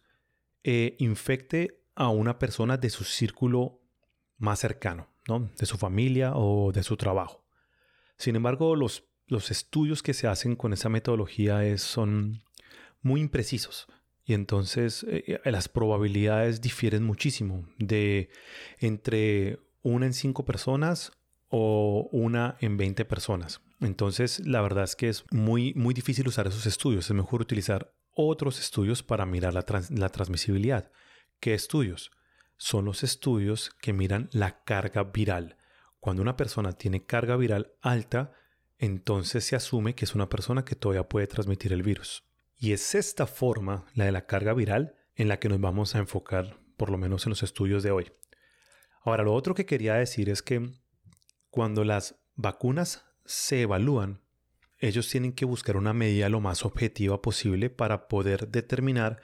infecte a una persona de su círculo más cercano, ¿no? De su familia o de su trabajo. Sin embargo, los estudios que se hacen con esa metodología son muy imprecisos y entonces las probabilidades difieren muchísimo de entre 1 en 5 personas o 1 en 20 personas. Entonces la verdad es que es muy, muy difícil usar esos estudios. Es mejor utilizar otros estudios para mirar la transmisibilidad. ¿Qué estudios? Son los estudios que miran la carga viral. Cuando una persona tiene carga viral alta, entonces se asume que es una persona que todavía puede transmitir el virus. Y es esta forma, la de la carga viral, en la que nos vamos a enfocar, por lo menos en los estudios de hoy. Ahora, lo otro que quería decir es que cuando las vacunas se evalúan, ellos tienen que buscar una medida lo más objetiva posible para poder determinar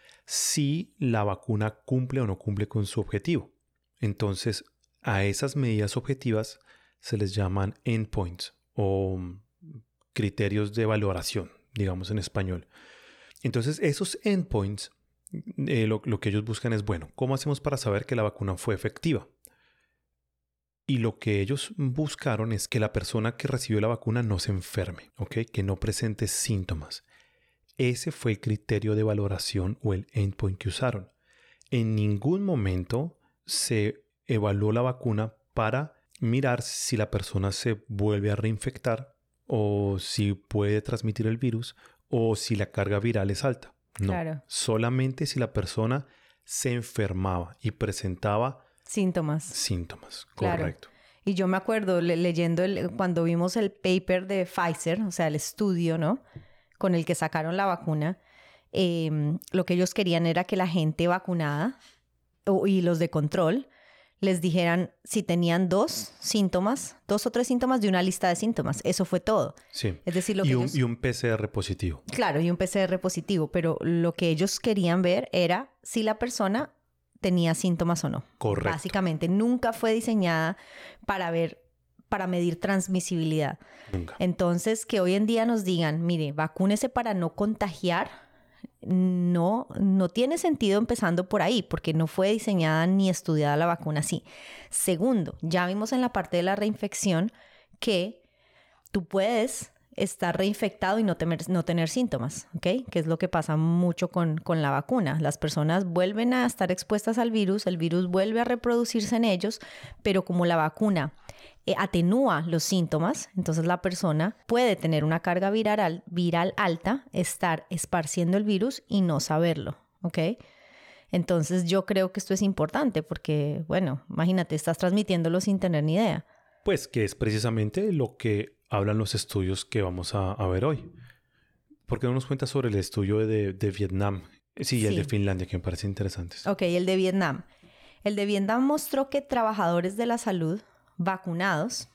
si la vacuna cumple o no cumple con su objetivo. Entonces, a esas medidas objetivas se les llaman endpoints o criterios de valoración, digamos en español. Entonces, esos endpoints lo que ellos buscan es, bueno, ¿cómo hacemos para saber que la vacuna fue efectiva? Y lo que ellos buscaron es que la persona que recibió la vacuna no se enferme, ¿ok? Que no presente síntomas. Ese fue el criterio de valoración o el endpoint que usaron. En ningún momento se evaluó la vacuna para mirar si la persona se vuelve a reinfectar o si puede transmitir el virus o si la carga viral es alta. No, Claro. solamente si la persona se enfermaba y presentaba Síntomas. Claro. Correcto. Y yo me acuerdo leyendo cuando vimos el paper de Pfizer, o sea, el estudio, ¿no? Con el que sacaron la vacuna, lo que ellos querían era que la gente vacunada y los de control les dijeran si tenían dos o tres síntomas de una lista de síntomas. Eso fue todo. Sí. Es decir, lo que y un PCR positivo. Claro, y un PCR positivo, pero lo que ellos querían ver era si la persona tenía síntomas o no. Correcto. Básicamente, nunca fue diseñada para medir transmisibilidad. Nunca. Entonces, que hoy en día nos digan, mire, vacúnese para no contagiar, no tiene sentido empezando por ahí, porque no fue diseñada ni estudiada la vacuna así. Segundo, ya vimos en la parte de la reinfección que tú puedes estar reinfectado y no tener síntomas, ¿ok? Que es lo que pasa mucho con la vacuna. Las personas vuelven a estar expuestas al virus, el virus vuelve a reproducirse en ellos, pero como la vacuna atenúa los síntomas, entonces la persona puede tener una carga viral alta, estar esparciendo el virus y no saberlo, ¿ok? Entonces yo creo que esto es importante porque, bueno, imagínate, estás transmitiéndolo sin tener ni idea. Pues que es precisamente lo que hablan los estudios que vamos a ver hoy. ¿Por qué no nos cuentas sobre el estudio de Vietnam? Sí, el de Finlandia, que me parece interesante. Ok, el de Vietnam. El de Vietnam mostró que trabajadores de la salud vacunados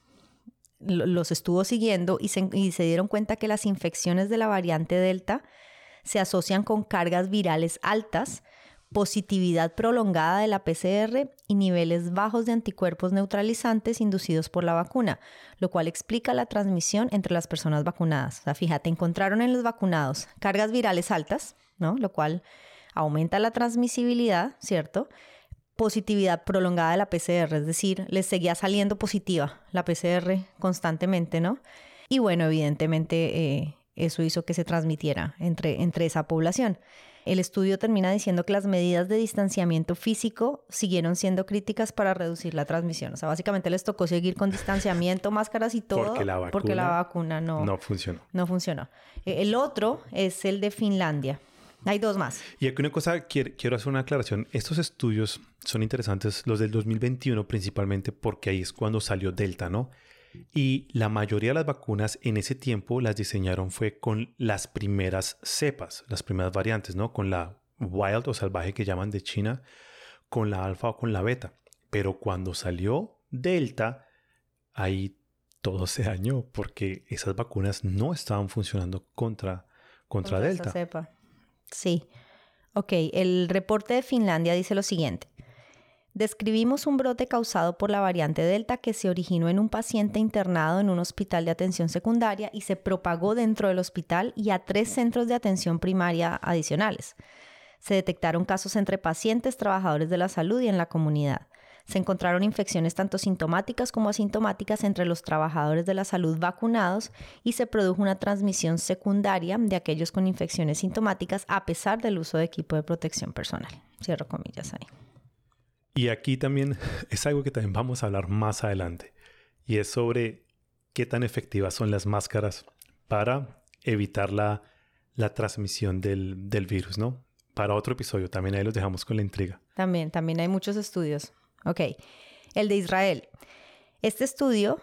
los estuvo siguiendo y se dieron cuenta que las infecciones de la variante Delta se asocian con cargas virales altas, positividad prolongada de la PCR y niveles bajos de anticuerpos neutralizantes inducidos por la vacuna, lo cual explica la transmisión entre las personas vacunadas. O sea, fíjate, encontraron en los vacunados cargas virales altas, ¿no? Lo cual aumenta la transmisibilidad, ¿cierto? Positividad prolongada de la PCR, es decir, les seguía saliendo positiva la PCR constantemente, ¿no? Y bueno, evidentemente eso hizo que se transmitiera entre esa población. El estudio termina diciendo que las medidas de distanciamiento físico siguieron siendo críticas para reducir la transmisión. O sea, básicamente les tocó seguir con distanciamiento, máscaras y todo porque la vacuna no funcionó. No funcionó. El otro es el de Finlandia. Hay dos más. Y aquí una cosa, quiero hacer una aclaración. Estos estudios son interesantes, los del 2021 principalmente, porque ahí es cuando salió Delta, ¿no? Y la mayoría de las vacunas en ese tiempo las diseñaron fue con las primeras cepas, las primeras variantes, ¿no? Con la wild o salvaje que llaman de China, con la alfa o con la beta. Pero cuando salió Delta, ahí todo se dañó porque esas vacunas no estaban funcionando contra Delta. Esa cepa. Sí. Ok, el reporte de Finlandia dice lo siguiente. Describimos un brote causado por la variante Delta que se originó en un paciente internado en un hospital de atención secundaria y se propagó dentro del hospital y a 3 centros de atención primaria adicionales. Se detectaron casos entre pacientes, trabajadores de la salud y en la comunidad. Se encontraron infecciones tanto sintomáticas como asintomáticas entre los trabajadores de la salud vacunados y se produjo una transmisión secundaria de aquellos con infecciones sintomáticas a pesar del uso de equipo de protección personal. Cierro comillas ahí. Y aquí también es algo que también vamos a hablar más adelante. Y es sobre qué tan efectivas son las máscaras para evitar la transmisión del virus, ¿no? Para otro episodio. También ahí los dejamos con la intriga. También hay muchos estudios. Ok. El de Israel. Este estudio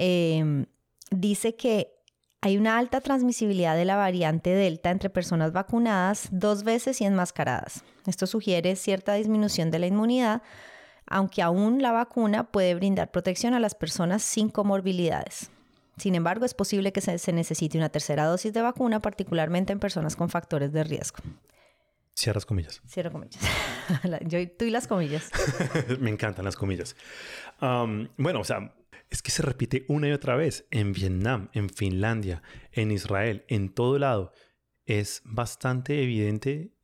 dice que hay una alta transmisibilidad de la variante Delta entre personas vacunadas 2 veces y enmascaradas. Esto sugiere cierta disminución de la inmunidad, aunque aún la vacuna puede brindar protección a las personas sin comorbilidades. Sin embargo, es posible que se necesite una tercera dosis de vacuna, particularmente en personas con factores de riesgo. Cierras comillas. Cierro comillas. Tú y las comillas. Me encantan las comillas. Bueno, o sea, es que se repite una y otra vez. En Vietnam, en Finlandia, en Israel, en todo lado. Es bastante evidente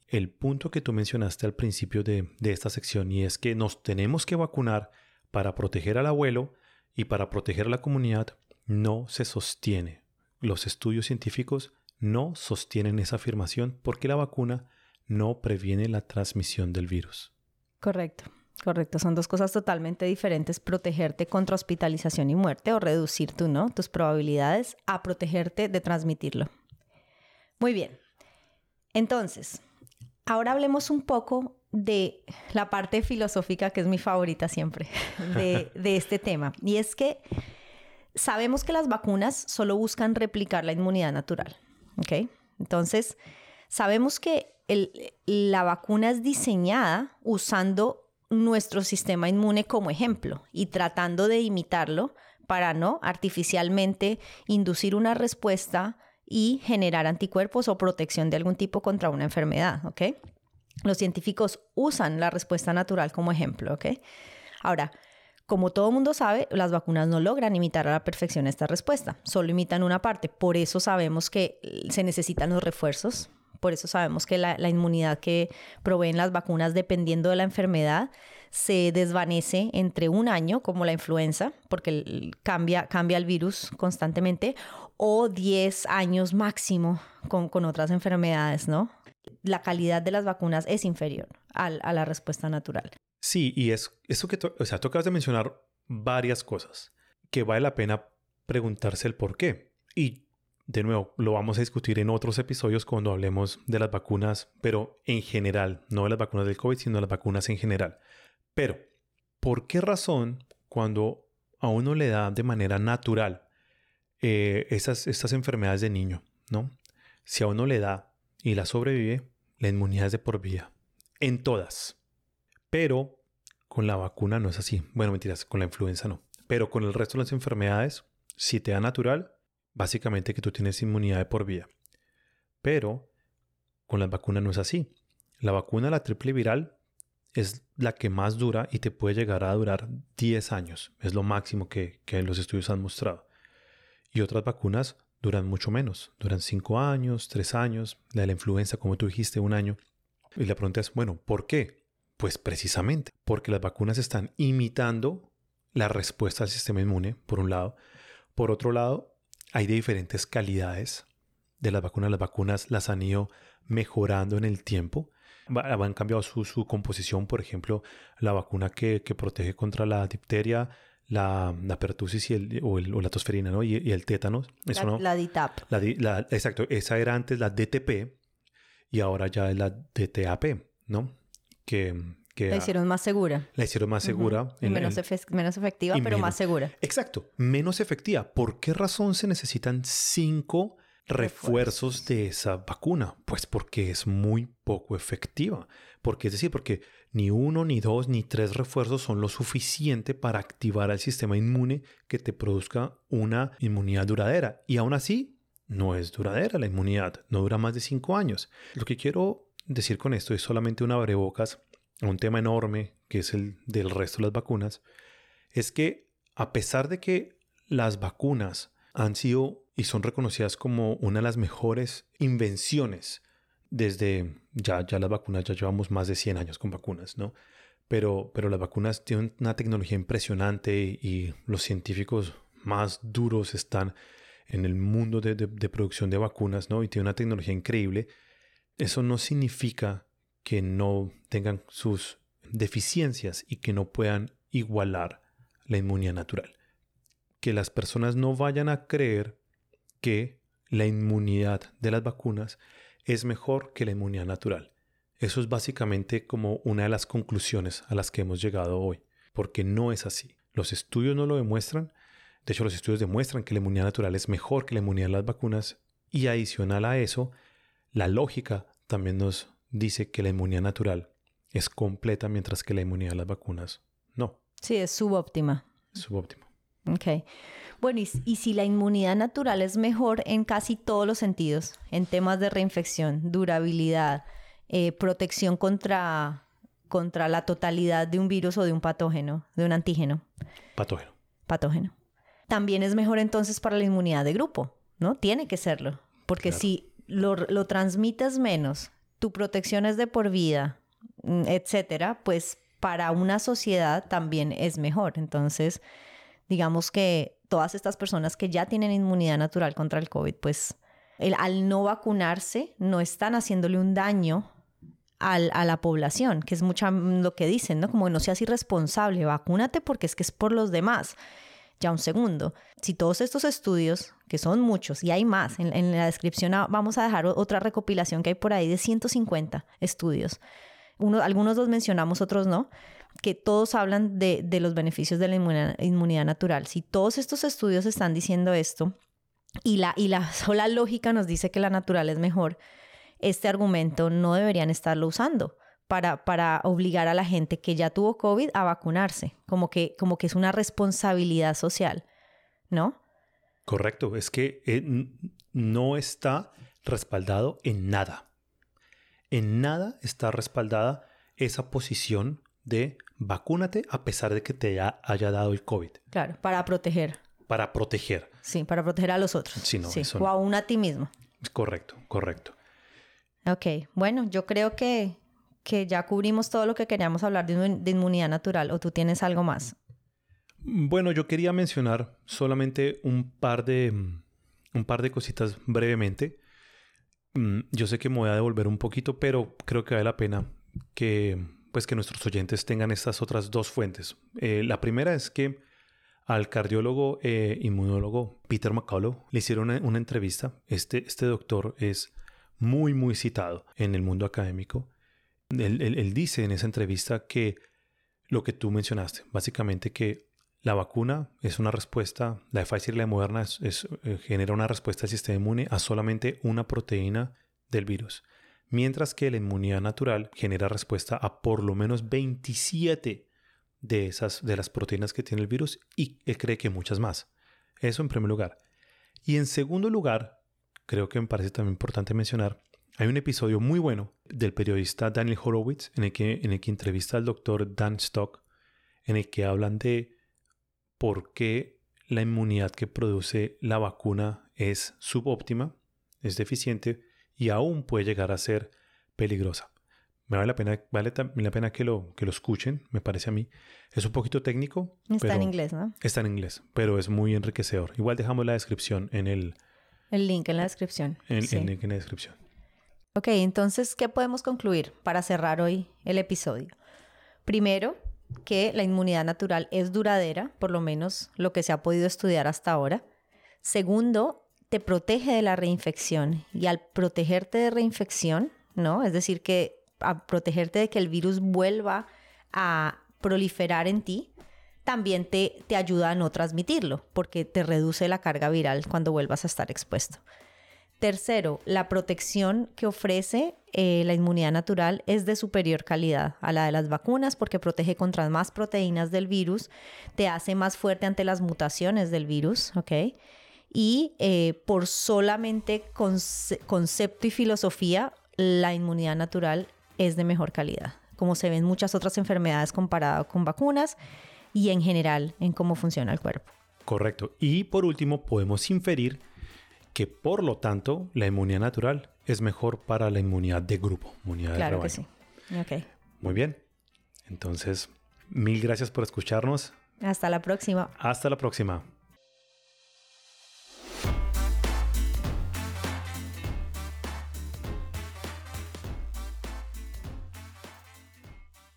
el punto que tú mencionaste al principio de esta sección, y es que nos tenemos que vacunar para proteger al abuelo y para proteger a la comunidad, no se sostiene. Los estudios científicos no sostienen esa afirmación porque la vacuna no previene la transmisión del virus. Correcto. Son dos cosas totalmente diferentes. Protegerte contra hospitalización y muerte o reducir tus probabilidades a protegerte de transmitirlo. Muy bien. Entonces, ahora hablemos un poco de la parte filosófica, que es mi favorita siempre, de este tema. Y es que sabemos que las vacunas solo buscan replicar la inmunidad natural, ¿ok? Entonces, sabemos que la vacuna es diseñada usando nuestro sistema inmune como ejemplo y tratando de imitarlo para no artificialmente inducir una respuesta y generar anticuerpos o protección de algún tipo contra una enfermedad, ¿ok? Los científicos usan la respuesta natural como ejemplo, ¿ok? Ahora, como todo mundo sabe, las vacunas no logran imitar a la perfección esta respuesta, solo imitan una parte. Por eso sabemos que se necesitan los refuerzos, por eso sabemos que la inmunidad que proveen las vacunas, dependiendo de la enfermedad, se desvanece entre un año, como la influenza, porque cambia el virus constantemente, o 10 años máximo con otras enfermedades, ¿no? La calidad de las vacunas es inferior a la respuesta natural. Sí, y es eso que tú acabas de mencionar varias cosas que vale la pena preguntarse el por qué. Y de nuevo, lo vamos a discutir en otros episodios cuando hablemos de las vacunas, pero en general, no de las vacunas del COVID, sino de las vacunas en general. Pero, ¿por qué razón cuando a uno le da de manera natural estas enfermedades de niño, ¿no? Si a uno le da y la sobrevive, la inmunidad es de por vida. En todas. Pero con la vacuna no es así. Bueno, mentiras, con la influenza no. Pero con el resto de las enfermedades, si te da natural, básicamente que tú tienes inmunidad de por vida. Pero con las vacunas no es así. La vacuna, la triple viral, es la que más dura y te puede llegar a durar 10 años. Es lo máximo que los estudios han mostrado. Y otras vacunas duran mucho menos. Duran 5 años, 3 años. La de la influenza, como tú dijiste, 1 año. Y la pregunta es, bueno, ¿por qué? Pues precisamente porque las vacunas están imitando la respuesta al sistema inmune, por un lado. Por otro lado, hay de diferentes calidades de las vacunas. Las vacunas las han ido mejorando en el tiempo. Han cambiado su composición. Por ejemplo, la vacuna que protege contra la difteria, la pertusis o la tosferina, ¿no? y el tétano. La DTaP. Exacto. Esa era antes la DTP y ahora ya es la DTaP, ¿no? La hicieron más segura. La hicieron más segura. Menos efectiva, pero más segura. Exacto. Menos efectiva. ¿Por qué razón se necesitan 5 refuerzos de esa vacuna? Pues porque es muy poco efectiva. Porque ni 1, ni 2, ni 3 refuerzos son lo suficiente para activar al sistema inmune que te produzca una inmunidad duradera. Y aún así, no es duradera la inmunidad. No dura más de 5 años. Lo que quiero decir con esto es solamente un abrebocas a un tema enorme que es el del resto de las vacunas. Es que a pesar de que las vacunas han sido y son reconocidas como una de las mejores invenciones desde ya las vacunas, ya llevamos más de 100 años con vacunas, ¿no? Pero las vacunas tienen una tecnología impresionante y los científicos más duros están en el mundo de producción de vacunas, ¿no? Y tienen una tecnología increíble. Eso no significa que no tengan sus deficiencias y que no puedan igualar la inmunidad natural. Que las personas no vayan a creer que la inmunidad de las vacunas es mejor que la inmunidad natural. Eso es básicamente como una de las conclusiones a las que hemos llegado hoy, porque no es así. Los estudios no lo demuestran. De hecho, los estudios demuestran que la inmunidad natural es mejor que la inmunidad de las vacunas y adicional a eso, la lógica también nos dice que la inmunidad natural es completa mientras que la inmunidad de las vacunas no. Sí, es subóptima. Subóptima. Ok. Bueno, y si la inmunidad natural es mejor en casi todos los sentidos, en temas de reinfección, durabilidad, protección contra la totalidad de un virus o de un patógeno, de un antígeno. Patógeno. También es mejor entonces para la inmunidad de grupo, ¿no? Tiene que serlo. Porque claro, si lo transmites menos, tu protección es de por vida, etcétera, pues para una sociedad también es mejor. Entonces, digamos que todas estas personas que ya tienen inmunidad natural contra el COVID, pues al no vacunarse no están haciéndole un daño a la población, que es mucho lo que dicen, ¿no? Como no seas irresponsable, vacúnate porque es que es por los demás. Ya un segundo, si todos estos estudios, que son muchos y hay más, en la descripción vamos a dejar otra recopilación que hay por ahí de 150 estudios. Algunos los mencionamos, otros no, que todos hablan de los beneficios de la inmunidad natural. Si todos estos estudios están diciendo esto y la sola lógica nos dice que la natural es mejor, este argumento no deberían estarlo usando para obligar a la gente que ya tuvo COVID a vacunarse, como que es una responsabilidad social, ¿no? Correcto, es que no está respaldado en nada. En nada está respaldada esa posición de vacúnate a pesar de que te haya dado el COVID. Claro, para proteger. Para proteger. Sí, para proteger a los otros. Sí, no, sí. Eso o aún a ti mismo. Correcto. Ok, bueno, yo creo que ya cubrimos todo lo que queríamos hablar de inmunidad natural. ¿O tú tienes algo más? Bueno, yo quería mencionar solamente un par de cositas brevemente. Yo sé que me voy a devolver un poquito, pero creo que vale la pena que nuestros oyentes tengan estas otras dos fuentes. La primera es que al cardiólogo inmunólogo Peter McCullough le hicieron una entrevista. Este doctor es muy, muy citado en el mundo académico. Él dice en esa entrevista que lo que tú mencionaste, básicamente que la vacuna es una respuesta, la de Pfizer y la de Moderna genera una respuesta del sistema inmune a solamente una proteína del virus, mientras que la inmunidad natural genera respuesta a por lo menos 27 de las proteínas que tiene el virus y él cree que muchas más. Eso en primer lugar. Y en segundo lugar, creo que me parece también importante mencionar, hay un episodio muy bueno del periodista Daniel Horowitz en el que entrevista al doctor Dan Stock, en el que hablan de por qué la inmunidad que produce la vacuna es subóptima, es deficiente y aún puede llegar a ser peligrosa. Vale la pena que lo escuchen, me parece a mí. Es un poquito técnico. Está en inglés, ¿no? Está en inglés, pero es muy enriquecedor. Igual dejamos la descripción en el link en la descripción. Sí. El link en la descripción. Ok, entonces, ¿qué podemos concluir para cerrar hoy el episodio? Primero, que la inmunidad natural es duradera, por lo menos lo que se ha podido estudiar hasta ahora. Segundo, te protege de la reinfección y al protegerte de reinfección, ¿no? Es decir, que a protegerte de que el virus vuelva a proliferar en ti, también te ayuda a no transmitirlo porque te reduce la carga viral cuando vuelvas a estar expuesto. Tercero, la protección que ofrece la inmunidad natural es de superior calidad a la de las vacunas porque protege contra más proteínas del virus, te hace más fuerte ante las mutaciones del virus, ¿ok? Y por solamente concepto y filosofía, la inmunidad natural es de mejor calidad, como se ven muchas otras enfermedades comparadas con vacunas y en general en cómo funciona el cuerpo. Correcto. Y por último, podemos inferir que por lo tanto la inmunidad natural es mejor para la inmunidad de grupo, inmunidad de rebaño. Claro que sí. Ok. Muy bien. Entonces, mil gracias por escucharnos. Hasta la próxima. Hasta la próxima.